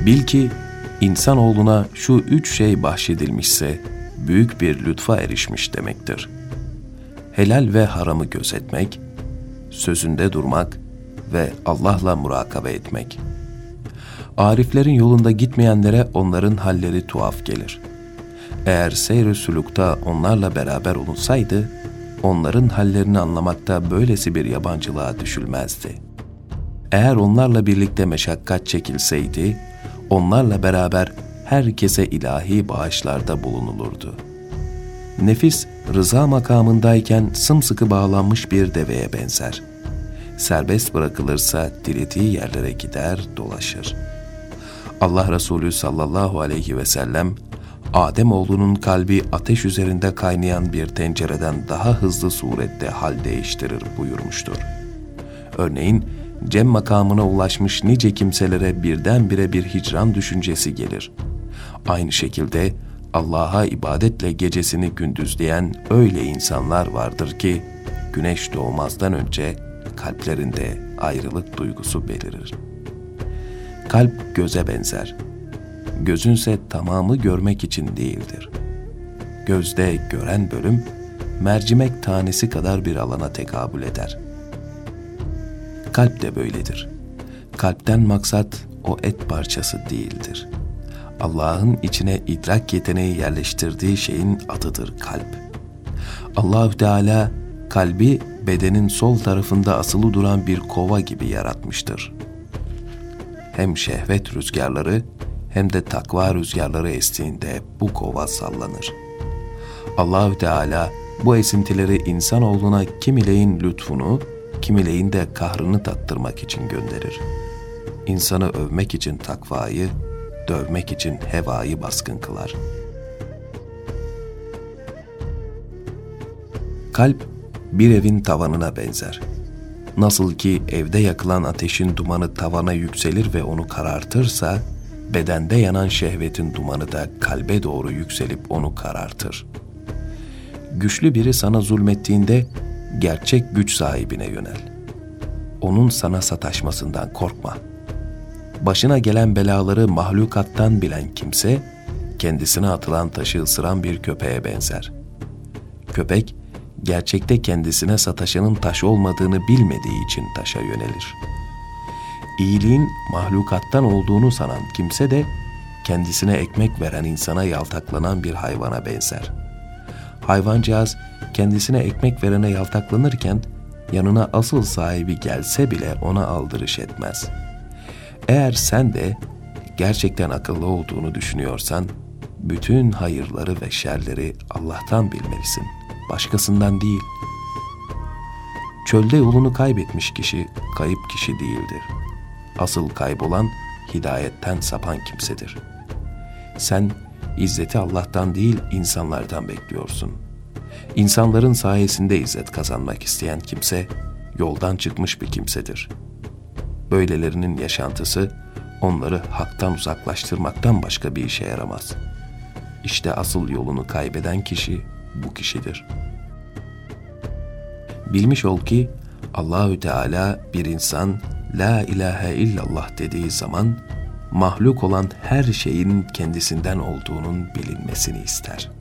Bil ki insanoğluna şu 3 şey bahşedilmişse büyük bir lütfa erişmiş demektir. Helal ve haramı gözetmek, sözünde durmak ve Allah'la murakabe etmek. Ariflerin yolunda gitmeyenlere onların halleri tuhaf gelir. Eğer seyr-i sülükta onlarla beraber olunsaydı, onların hallerini anlamakta böylesi bir yabancılığa düşülmezdi. Eğer onlarla birlikte meşakkat çekilseydi, onlarla beraber herkese ilahi bağışlarda bulunulurdu. Nefis, rıza makamındayken sımsıkı bağlanmış bir deveye benzer. Serbest bırakılırsa dilediği yerlere gider, dolaşır. Allah Resulü sallallahu aleyhi ve sellem, Ademoğlunun kalbi ateş üzerinde kaynayan bir tencereden daha hızlı surette hal değiştirir buyurmuştur. Örneğin, cem makamına ulaşmış nice kimselere birdenbire bir hicran düşüncesi gelir. Aynı şekilde Allah'a ibadetle gecesini gündüzleyen öyle insanlar vardır ki, güneş doğmazdan önce kalplerinde ayrılık duygusu belirir. Kalp göze benzer. Gözünse tamamı görmek için değildir. Gözde gören bölüm, mercimek tanesi kadar bir alana tekabül eder. Kalp de böyledir. Kalpten maksat o et parçası değildir. Allah'ın içine idrak yeteneği yerleştirdiği şeyin adıdır kalp. Allah-u Teala kalbi bedenin sol tarafında asılı duran bir kova gibi yaratmıştır. Hem şehvet rüzgarları hem de takva rüzgarları estiğinde bu kova sallanır. Allah-u Teala bu esintileri insanoğluna kimileyin lütfunu, kimileyin de kahrını tattırmak için gönderir. İnsanı övmek için takvayı, dövmek için hevayı baskın kılar. Kalp bir evin tavanına benzer. Nasıl ki evde yakılan ateşin dumanı tavana yükselir ve onu karartırsa, bedende yanan şehvetin dumanı da kalbe doğru yükselip onu karartır. Güçlü biri sana zulmettiğinde gerçek güç sahibine yönel. Onun sana sataşmasından korkma. Başına gelen belaları mahlukattan bilen kimse, kendisine atılan taşı ısıran bir köpeğe benzer. Köpek, gerçekte kendisine sataşanın taş olmadığını bilmediği için taşa yönelir. İyiliğin mahlukattan olduğunu sanan kimse de, kendisine ekmek veren insana yaltaklanan bir hayvana benzer. Hayvancağız, kendisine ekmek verene yaltaklanırken, yanına asıl sahibi gelse bile ona aldırış etmez. Eğer sen de gerçekten akıllı olduğunu düşünüyorsan, bütün hayırları ve şerleri Allah'tan bilmelisin, başkasından değil. Çölde yolunu kaybetmiş kişi, kayıp kişi değildir. Asıl kaybolan, hidayetten sapan kimsedir. Sen, izzeti Allah'tan değil, insanlardan bekliyorsun. İnsanların sayesinde izzet kazanmak isteyen kimse, yoldan çıkmış bir kimsedir. Böylelerinin yaşantısı, onları haktan uzaklaştırmaktan başka bir işe yaramaz. İşte asıl yolunu kaybeden kişi, bu kişidir. Bilmiş ol ki, Allahü Teala bir insan, La ilahe illallah dediği zaman, mahluk olan her şeyin kendisinden olduğunun bilinmesini ister.